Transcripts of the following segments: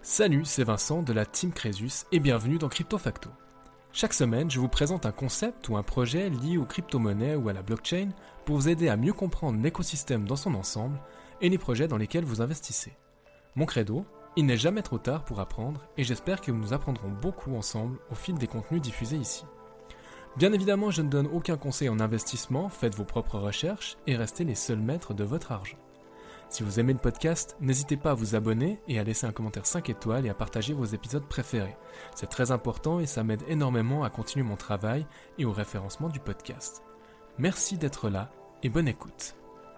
Salut, c'est Vincent de la Team Crésus et bienvenue dans Crypto Facto. Chaque semaine, je vous présente un concept ou un projet lié aux crypto-monnaies ou à la blockchain pour vous aider à mieux comprendre l'écosystème dans son ensemble et les projets dans lesquels vous investissez. Mon credo, il n'est jamais trop tard pour apprendre et j'espère que nous apprendrons beaucoup ensemble au fil des contenus diffusés ici. Bien évidemment, je ne donne aucun conseil en investissement, faites vos propres recherches et restez les seuls maîtres de votre argent. Si vous aimez le podcast, n'hésitez pas à vous abonner et à laisser un commentaire 5 étoiles et à partager vos épisodes préférés. C'est très important et ça m'aide énormément à continuer mon travail et au référencement du podcast. Merci d'être là et bonne écoute.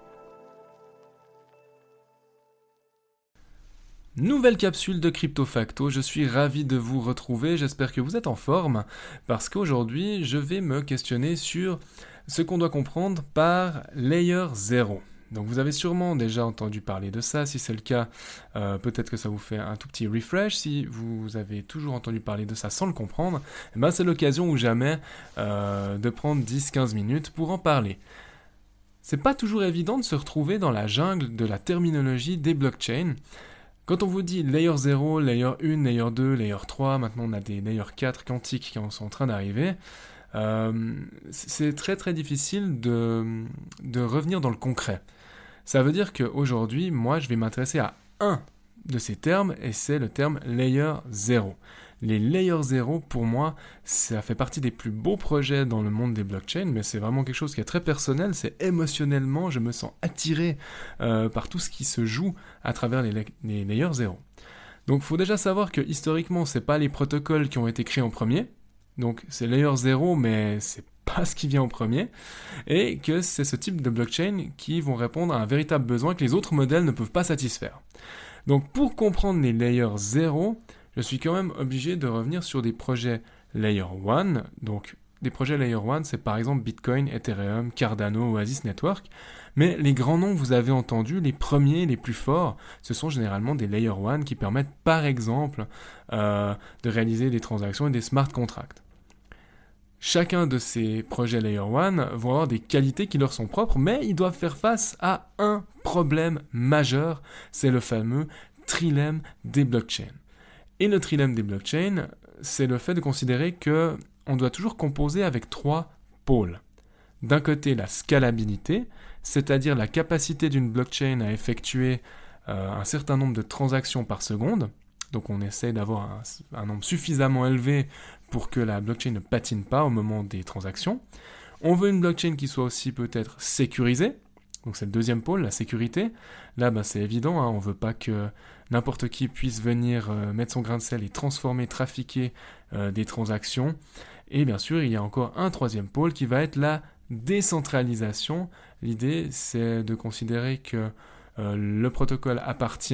Nouvelle capsule de Crypto Facto, je suis ravi de vous retrouver, j'espère que vous êtes en forme parce qu'aujourd'hui je vais me questionner sur ce qu'on doit comprendre par Layer 0. Donc vous avez sûrement déjà entendu parler de ça, si c'est le cas, peut-être que ça vous fait un tout petit refresh. Si vous avez toujours entendu parler de ça sans le comprendre, c'est l'occasion ou jamais de prendre 10-15 minutes pour en parler. C'est pas toujours évident de se retrouver dans la jungle de la terminologie des blockchains. Quand on vous dit Layer 0, Layer 1, Layer 2, Layer 3, maintenant on a des Layer 4 quantiques qui sont en train d'arriver, c'est très très difficile de revenir dans le concret. Ça veut dire qu'aujourd'hui, moi, je vais m'intéresser à un de ces termes, et c'est le terme Layer 0. Les Layer 0, pour moi, ça fait partie des plus beaux projets dans le monde des blockchains, mais c'est vraiment quelque chose qui est très personnel, c'est émotionnellement, je me sens attiré par tout ce qui se joue à travers les Layer 0. Donc, il faut déjà savoir que historiquement, ce n'est pas les protocoles qui ont été créés en premier, donc c'est Layer 0, mais c'est pas ce qui vient en premier, et que c'est ce type de blockchain qui vont répondre à un véritable besoin que les autres modèles ne peuvent pas satisfaire. Donc pour comprendre les Layer 0, je suis quand même obligé de revenir sur des projets Layer 1, donc des projets Layer 1, c'est par exemple Bitcoin, Ethereum, Cardano, Oasis Network, mais les grands noms que vous avez entendus, les premiers, les plus forts, ce sont généralement des Layer 1 qui permettent par exemple de réaliser des transactions et des smart contracts. Chacun de ces projets Layer 1 vont avoir des qualités qui leur sont propres, mais ils doivent faire face à un problème majeur, c'est le fameux trilemme des blockchains. Et le trilemme des blockchains, c'est le fait de considérer qu'on doit toujours composer avec trois pôles. D'un côté, la scalabilité, c'est-à-dire la capacité d'une blockchain à effectuer un certain nombre de transactions par seconde. Donc on essaie d'avoir un nombre suffisamment élevé pour que la blockchain ne patine pas au moment des transactions. On veut une blockchain qui soit aussi peut-être sécurisée. Donc c'est le deuxième pôle, la sécurité. Là, c'est évident, on ne veut pas que n'importe qui puisse venir mettre son grain de sel et transformer, trafiquer des transactions. Et bien sûr, il y a encore un troisième pôle qui va être la décentralisation. L'idée, c'est de considérer que le protocole appartient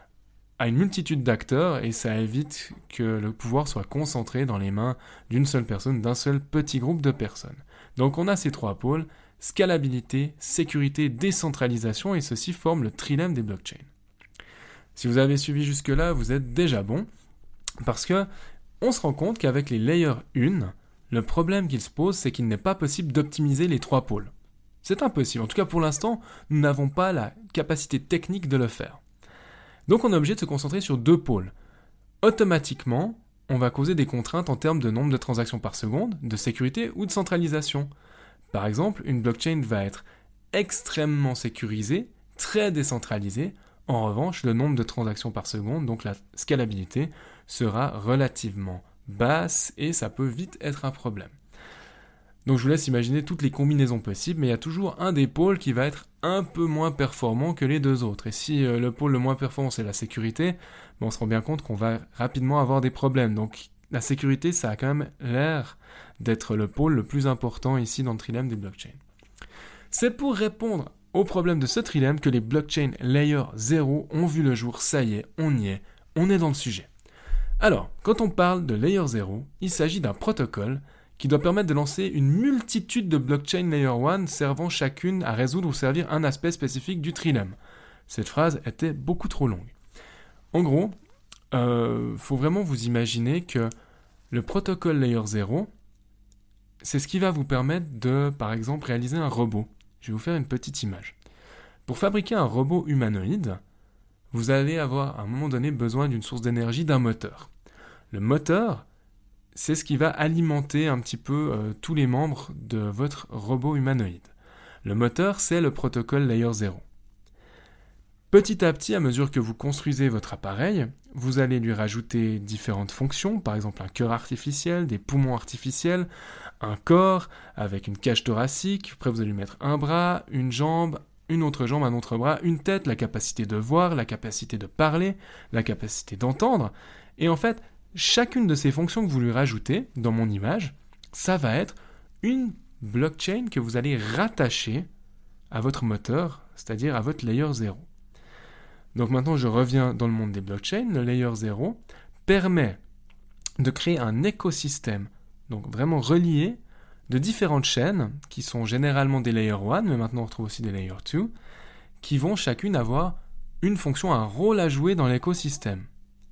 à une multitude d'acteurs et ça évite que le pouvoir soit concentré dans les mains d'une seule personne, d'un seul petit groupe de personnes. Donc on a ces trois pôles, scalabilité, sécurité, décentralisation, et ceci forme le trilemme des blockchains. Si vous avez suivi jusque-là, vous êtes déjà bon, parce que on se rend compte qu'avec les Layer 1, le problème qu'il se pose, c'est qu'il n'est pas possible d'optimiser les trois pôles. C'est impossible, en tout cas pour l'instant, nous n'avons pas la capacité technique de le faire. Donc on est obligé de se concentrer sur deux pôles. Automatiquement, on va causer des contraintes en termes de nombre de transactions par seconde, de sécurité ou de centralisation. Par exemple, une blockchain va être extrêmement sécurisée, très décentralisée. En revanche, le nombre de transactions par seconde, donc la scalabilité, sera relativement basse et ça peut vite être un problème. Donc je vous laisse imaginer toutes les combinaisons possibles, mais il y a toujours un des pôles qui va être un peu moins performant que les deux autres. Et si le pôle le moins performant c'est la sécurité, on se rend bien compte qu'on va rapidement avoir des problèmes. Donc la sécurité, ça a quand même l'air d'être le pôle le plus important ici dans le trilemme des blockchains. C'est pour répondre au problème de ce trilemme que les blockchains Layer 0 ont vu le jour. Ça y est, on y est, on est dans le sujet. Alors, quand on parle de Layer 0, il s'agit d'un protocole qui doit permettre de lancer une multitude de blockchains Layer 1 servant chacune à résoudre ou servir un aspect spécifique du trilemme. Cette phrase était beaucoup trop longue. En gros, faut vraiment vous imaginer que le protocole Layer 0, c'est ce qui va vous permettre de, par exemple, réaliser un robot. Je vais vous faire une petite image. Pour fabriquer un robot humanoïde, vous allez avoir à un moment donné besoin d'une source d'énergie, d'un moteur. Le moteur, c'est ce qui va alimenter un petit peu tous les membres de votre robot humanoïde. Le moteur, c'est le protocole Layer 0. Petit à petit, à mesure que vous construisez votre appareil, vous allez lui rajouter différentes fonctions, par exemple un cœur artificiel, des poumons artificiels, un corps avec une cage thoracique, après vous allez lui mettre un bras, une jambe, une autre jambe, un autre bras, une tête, la capacité de voir, la capacité de parler, la capacité d'entendre. Et en fait, chacune de ces fonctions que vous lui rajoutez dans mon image, ça va être une blockchain que vous allez rattacher à votre moteur, c'est-à-dire à votre layer 0. Donc maintenant, je reviens dans le monde des blockchains. Le layer 0 permet de créer un écosystème, donc vraiment relié, de différentes chaînes, qui sont généralement des layer 1, mais maintenant on retrouve aussi des layer 2, qui vont chacune avoir une fonction, un rôle à jouer dans l'écosystème.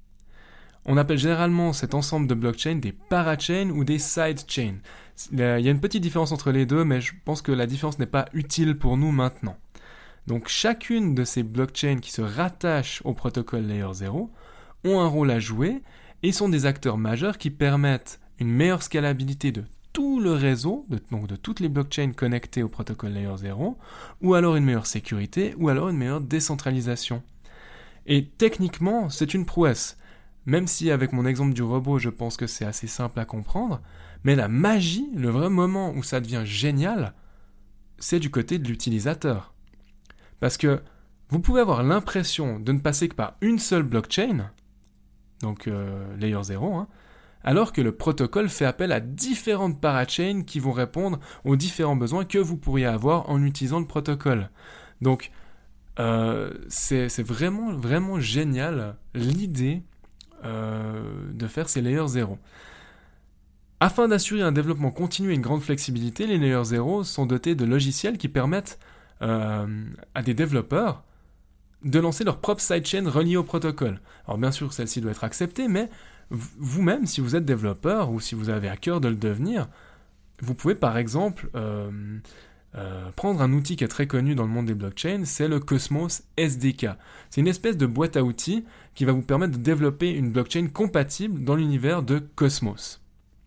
On appelle généralement cet ensemble de blockchains des parachains ou des sidechains. Il y a une petite différence entre les deux, mais je pense que la différence n'est pas utile pour nous maintenant. Donc chacune de ces blockchains qui se rattachent au protocole Layer 0 ont un rôle à jouer et sont des acteurs majeurs qui permettent une meilleure scalabilité de tout le réseau, donc de toutes les blockchains connectées au protocole Layer 0, ou alors une meilleure sécurité, ou alors une meilleure décentralisation. Et techniquement, c'est une prouesse. Même si avec mon exemple du robot, je pense que c'est assez simple à comprendre, mais la magie, le vrai moment où ça devient génial, c'est du côté de l'utilisateur. Parce que vous pouvez avoir l'impression de ne passer que par une seule blockchain, donc Layer 0, alors que le protocole fait appel à différentes parachains qui vont répondre aux différents besoins que vous pourriez avoir en utilisant le protocole. Donc, c'est vraiment, vraiment génial l'idée de faire ces Layer 0. Afin d'assurer un développement continu et une grande flexibilité, les Layer 0 sont dotés de logiciels qui permettent à des développeurs de lancer leur propre sidechain reliée au protocole. Alors bien sûr, celle-ci doit être acceptée, mais vous-même, si vous êtes développeur ou si vous avez à cœur de le devenir, vous pouvez par exemple prendre un outil qui est très connu dans le monde des blockchains, c'est le Cosmos SDK. C'est une espèce de boîte à outils qui va vous permettre de développer une blockchain compatible dans l'univers de Cosmos.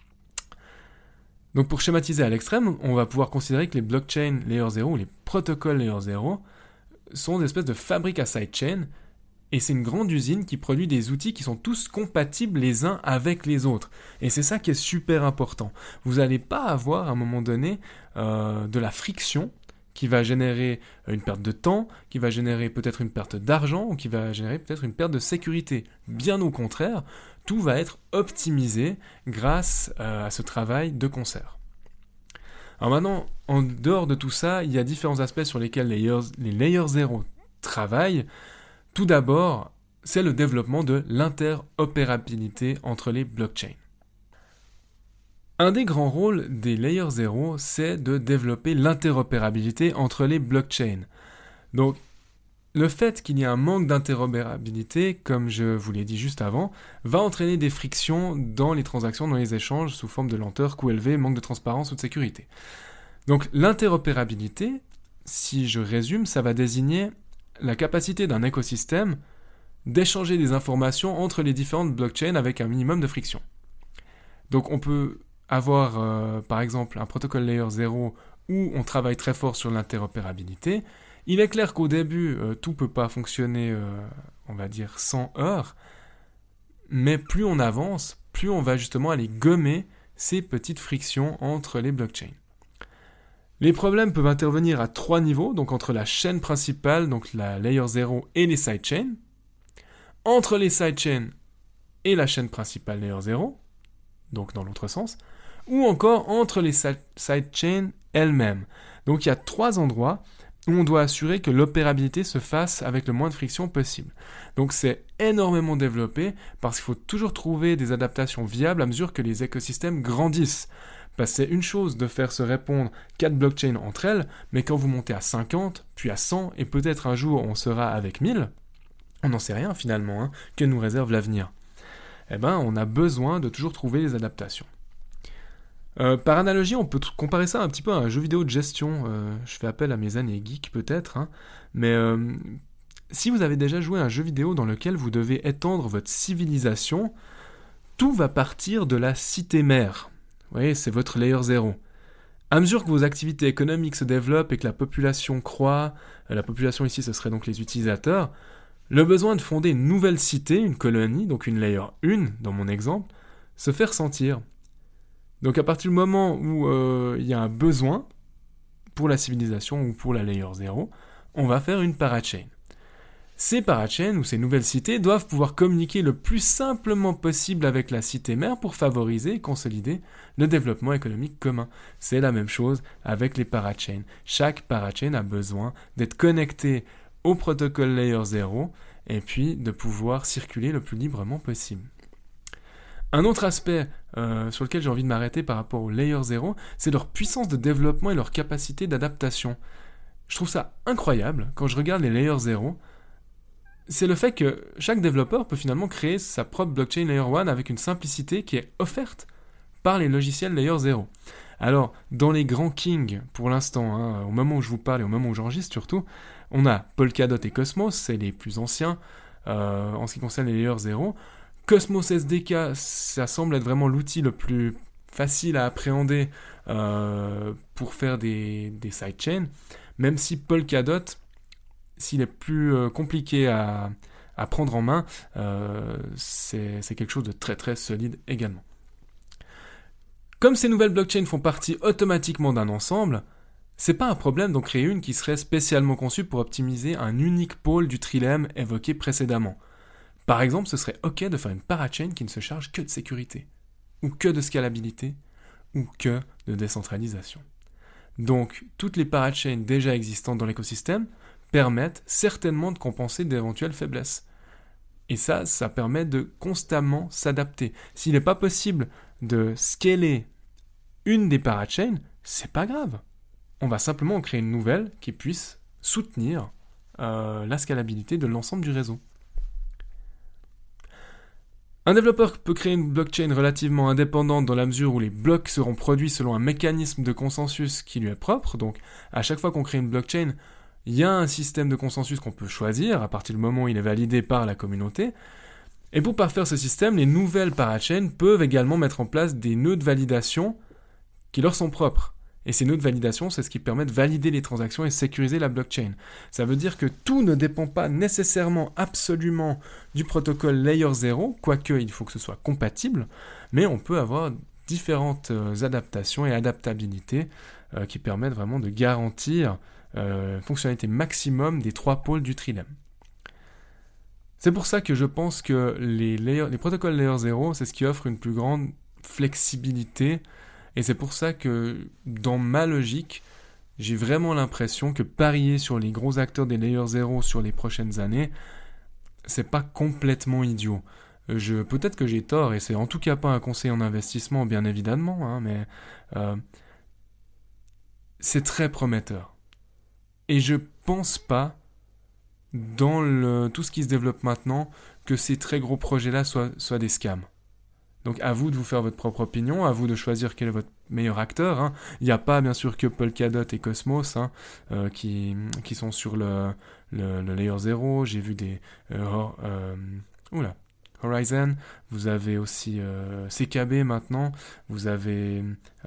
Donc pour schématiser à l'extrême, on va pouvoir considérer que les blockchains Layer 0 ou les protocoles Layer 0 sont des espèces de fabriques à sidechain, et c'est une grande usine qui produit des outils qui sont tous compatibles les uns avec les autres. Et c'est ça qui est super important. Vous n'allez pas avoir à un moment donné de la friction qui va générer une perte de temps, qui va générer peut-être une perte d'argent, ou qui va générer peut-être une perte de sécurité. Bien au contraire, tout va être optimisé grâce à ce travail de concert. Alors maintenant, en dehors de tout ça, il y a différents aspects sur lesquels les Layer 0 travaillent. Tout d'abord, c'est le développement de l'interopérabilité entre les blockchains. Un des grands rôles des Layer 0, c'est de développer l'interopérabilité entre les blockchains. Donc, le fait qu'il y ait un manque d'interopérabilité, comme je vous l'ai dit juste avant, va entraîner des frictions dans les transactions, dans les échanges, sous forme de lenteur, coût élevé, manque de transparence ou de sécurité. Donc l'interopérabilité, si je résume, ça va désigner la capacité d'un écosystème d'échanger des informations entre les différentes blockchains avec un minimum de friction. Donc on peut avoir par exemple un protocole Layer 0 où on travaille très fort sur l'interopérabilité. Il est clair qu'au début, tout ne peut pas fonctionner, on va dire, sans heurts, mais plus on avance, plus on va justement aller gommer ces petites frictions entre les blockchains. Les problèmes peuvent intervenir à 3 niveaux, donc entre la chaîne principale, donc la Layer 0 et les sidechains, entre les sidechains et la chaîne principale Layer 0, donc dans l'autre sens, ou encore entre les sidechains elles-mêmes. Donc il y a 3 endroits où on doit assurer que l'opérabilité se fasse avec le moins de friction possible. Donc c'est énormément développé parce qu'il faut toujours trouver des adaptations viables à mesure que les écosystèmes grandissent. Parce que c'est une chose de faire se répondre 4 blockchains entre elles, mais quand vous montez à 50, puis à 100, et peut-être un jour on sera avec 1000, on n'en sait rien finalement, que nous réserve l'avenir. Eh ben, on a besoin de toujours trouver les adaptations. Par analogie, on peut comparer ça un petit peu à un jeu vidéo de gestion. Je fais appel à mes années geeks peut-être, mais si vous avez déjà joué à un jeu vidéo dans lequel vous devez étendre votre civilisation, tout va partir de la cité-mère. Vous voyez, c'est votre layer 0. À mesure que vos activités économiques se développent et que la population croît, la population ici ce serait donc les utilisateurs, le besoin de fonder une nouvelle cité, une colonie, donc une layer 1 dans mon exemple, se fait ressentir. Donc à partir du moment où il y a un besoin pour la civilisation ou pour la layer 0, on va faire une parachain. Ces parachains ou ces nouvelles cités doivent pouvoir communiquer le plus simplement possible avec la cité mère pour favoriser et consolider le développement économique commun. C'est la même chose avec les parachains. Chaque parachain a besoin d'être connecté au protocole layer 0 et puis de pouvoir circuler le plus librement possible. Un autre aspect sur lequel j'ai envie de m'arrêter par rapport au layer 0, c'est leur puissance de développement et leur capacité d'adaptation. Je trouve ça incroyable quand je regarde les layer 0. C'est le fait que chaque développeur peut finalement créer sa propre blockchain layer 1 avec une simplicité qui est offerte par les logiciels layer 0. Alors, dans les grands kings, pour l'instant, au moment où je vous parle et au moment où j'enregistre surtout, on a Polkadot et Cosmos, c'est les plus anciens en ce qui concerne les layer 0. Cosmos SDK, ça semble être vraiment l'outil le plus facile à appréhender pour faire des sidechains, même si Polkadot, s'il est plus compliqué à prendre en main, c'est quelque chose de très très solide également. Comme ces nouvelles blockchains font partie automatiquement d'un ensemble, c'est pas un problème d'en créer une qui serait spécialement conçue pour optimiser un unique pôle du trilemme évoqué précédemment. Par exemple, ce serait ok de faire une parachain qui ne se charge que de sécurité, ou que de scalabilité, ou que de décentralisation. Donc, toutes les parachains déjà existantes dans l'écosystème permettent certainement de compenser d'éventuelles faiblesses. Et ça permet de constamment s'adapter. S'il n'est pas possible de scaler une des parachains, c'est pas grave. On va simplement en créer une nouvelle qui puisse soutenir la scalabilité de l'ensemble du réseau. Un développeur peut créer une blockchain relativement indépendante dans la mesure où les blocs seront produits selon un mécanisme de consensus qui lui est propre. Donc, à chaque fois qu'on crée une blockchain, il y a un système de consensus qu'on peut choisir à partir du moment où il est validé par la communauté. Et pour parfaire ce système, les nouvelles parachains peuvent également mettre en place des nœuds de validation qui leur sont propres. Et ces nœuds de validation, c'est ce qui permet de valider les transactions et sécuriser la blockchain. Ça veut dire que tout ne dépend pas nécessairement absolument du protocole Layer 0, quoique il faut que ce soit compatible, mais on peut avoir différentes adaptations et adaptabilités qui permettent vraiment de garantir fonctionnalité maximum des trois pôles du trilemme. C'est pour ça que je pense que les protocoles Layer 0, c'est ce qui offre une plus grande flexibilité. Et c'est pour ça que, dans ma logique, j'ai vraiment l'impression que parier sur les gros acteurs des Layer 0 sur les prochaines années, c'est pas complètement idiot. Peut-être que j'ai tort, et c'est en tout cas pas un conseil en investissement, bien évidemment, mais c'est très prometteur. Et je pense pas, dans tout ce qui se développe maintenant, que ces très gros projets-là soient des scams. Donc à vous de vous faire votre propre opinion, à vous de choisir quel est votre meilleur acteur. Il n'y a pas bien sûr que Polkadot et Cosmos qui sont sur le Layer 0. J'ai vu des Horizon, vous avez aussi CKB maintenant, vous avez...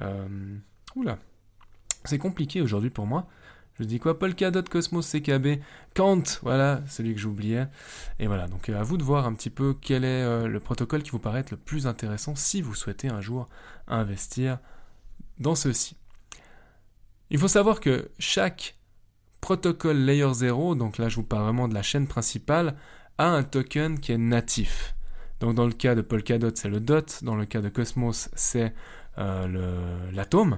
c'est compliqué aujourd'hui pour moi. Je dis quoi? Polkadot, Cosmos, CKB, Kant, voilà, celui que j'oubliais. Et voilà, donc à vous de voir un petit peu quel est le protocole qui vous paraît être le plus intéressant si vous souhaitez un jour investir dans ceci. Il faut savoir que chaque protocole Layer 0, donc là je vous parle vraiment de la chaîne principale, a un token qui est natif. Donc dans le cas de Polkadot, c'est le DOT, dans le cas de Cosmos, c'est l'atome.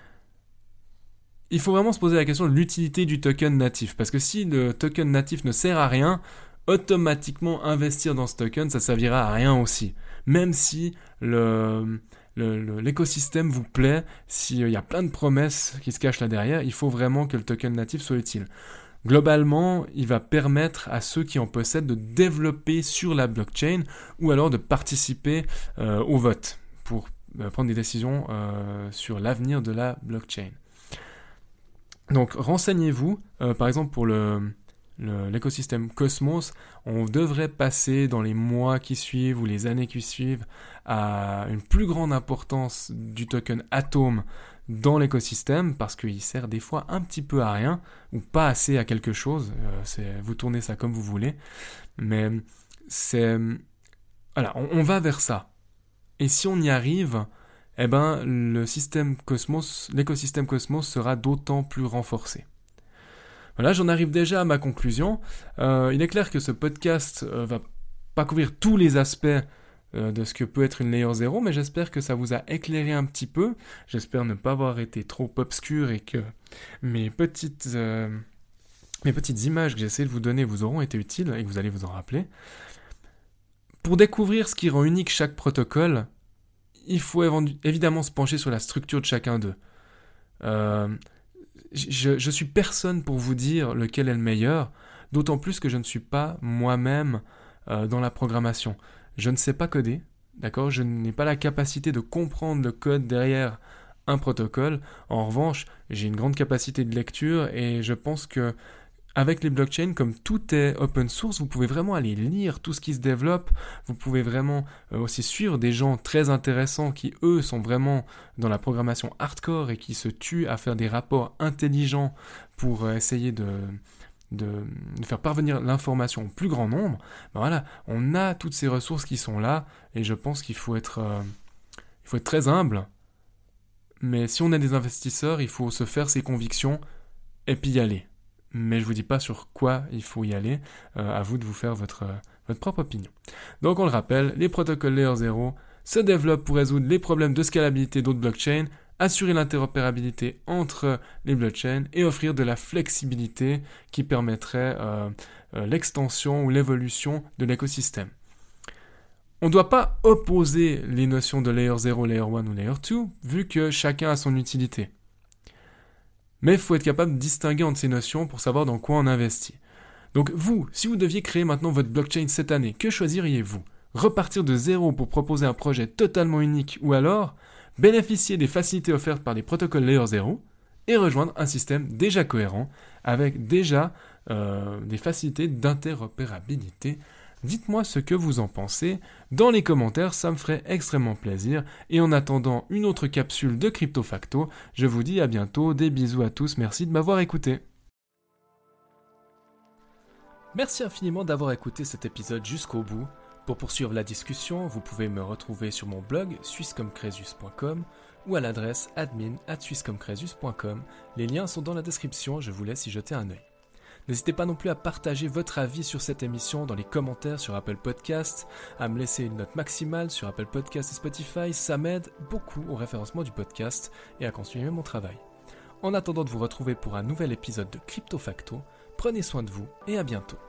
Il faut vraiment se poser la question de l'utilité du token natif, parce que si le token natif ne sert à rien, automatiquement investir dans ce token, ça servira à rien aussi. Même si l'écosystème vous plaît, s'il y a plein de promesses qui se cachent là derrière, il faut vraiment que le token natif soit utile. Globalement, il va permettre à ceux qui en possèdent de développer sur la blockchain ou alors de participer au vote pour prendre des décisions sur l'avenir de la blockchain. Donc renseignez-vous, par exemple pour le l'écosystème Cosmos, on devrait passer dans les mois qui suivent ou les années qui suivent à une plus grande importance du token Atom dans l'écosystème, parce qu'il sert des fois un petit peu à rien, ou pas assez à quelque chose, vous tournez ça comme vous voulez, mais voilà, on va vers ça. Et si on y arrive, l'écosystème Cosmos sera d'autant plus renforcé. Voilà, j'en arrive déjà à ma conclusion. Il est clair que ce podcast va pas couvrir tous les aspects de ce que peut être une Layer 0, mais j'espère que ça vous a éclairé un petit peu. J'espère ne pas avoir été trop obscur et que mes petites images que j'essaie de vous donner vous auront été utiles et que vous allez vous en rappeler. Pour découvrir ce qui rend unique chaque protocole, il faut évidemment se pencher sur la structure de chacun d'eux. Je suis personne pour vous dire lequel est le meilleur, d'autant plus que je ne suis pas moi-même dans la programmation. Je ne sais pas coder, d'accord ? Je n'ai pas la capacité de comprendre le code derrière un protocole. En revanche, j'ai une grande capacité de lecture et je pense que avec les blockchains, comme tout est open source, vous pouvez vraiment aller lire tout ce qui se développe. Vous pouvez vraiment aussi suivre des gens très intéressants qui, eux, sont vraiment dans la programmation hardcore et qui se tuent à faire des rapports intelligents pour essayer de faire parvenir l'information au plus grand nombre. Voilà, on a toutes ces ressources qui sont là et je pense qu'il faut être très humble. Mais si on est des investisseurs, il faut se faire ses convictions et puis y aller. Mais je vous dis pas sur quoi il faut y aller, à vous de vous faire votre propre opinion. Donc on le rappelle, les protocoles Layer 0 se développent pour résoudre les problèmes de scalabilité d'autres blockchains, assurer l'interopérabilité entre les blockchains et offrir de la flexibilité qui permettrait l'extension ou l'évolution de l'écosystème. On ne doit pas opposer les notions de Layer 0, Layer 1 ou Layer 2, vu que chacun a son utilité. Mais il faut être capable de distinguer entre ces notions pour savoir dans quoi on investit. Donc vous, si vous deviez créer maintenant votre blockchain cette année, que choisiriez-vous ? Repartir de zéro pour proposer un projet totalement unique ou alors bénéficier des facilités offertes par les protocoles Layer 0 et rejoindre un système déjà cohérent avec déjà des facilités d'interopérabilité. Dites-moi ce que vous en pensez dans les commentaires, ça me ferait extrêmement plaisir. Et en attendant une autre capsule de Crypto Facto, je vous dis à bientôt, des bisous à tous, merci de m'avoir écouté. Merci infiniment d'avoir écouté cet épisode jusqu'au bout. Pour poursuivre la discussion, vous pouvez me retrouver sur mon blog swisscomcresus.com ou à l'adresse admin@swisscomcresus.com. Les liens sont dans la description, je vous laisse y jeter un œil. N'hésitez pas non plus à partager votre avis sur cette émission dans les commentaires sur Apple Podcasts, à me laisser une note maximale sur Apple Podcasts et Spotify, ça m'aide beaucoup au référencement du podcast et à continuer mon travail. En attendant de vous retrouver pour un nouvel épisode de Crypto Facto, prenez soin de vous et à bientôt.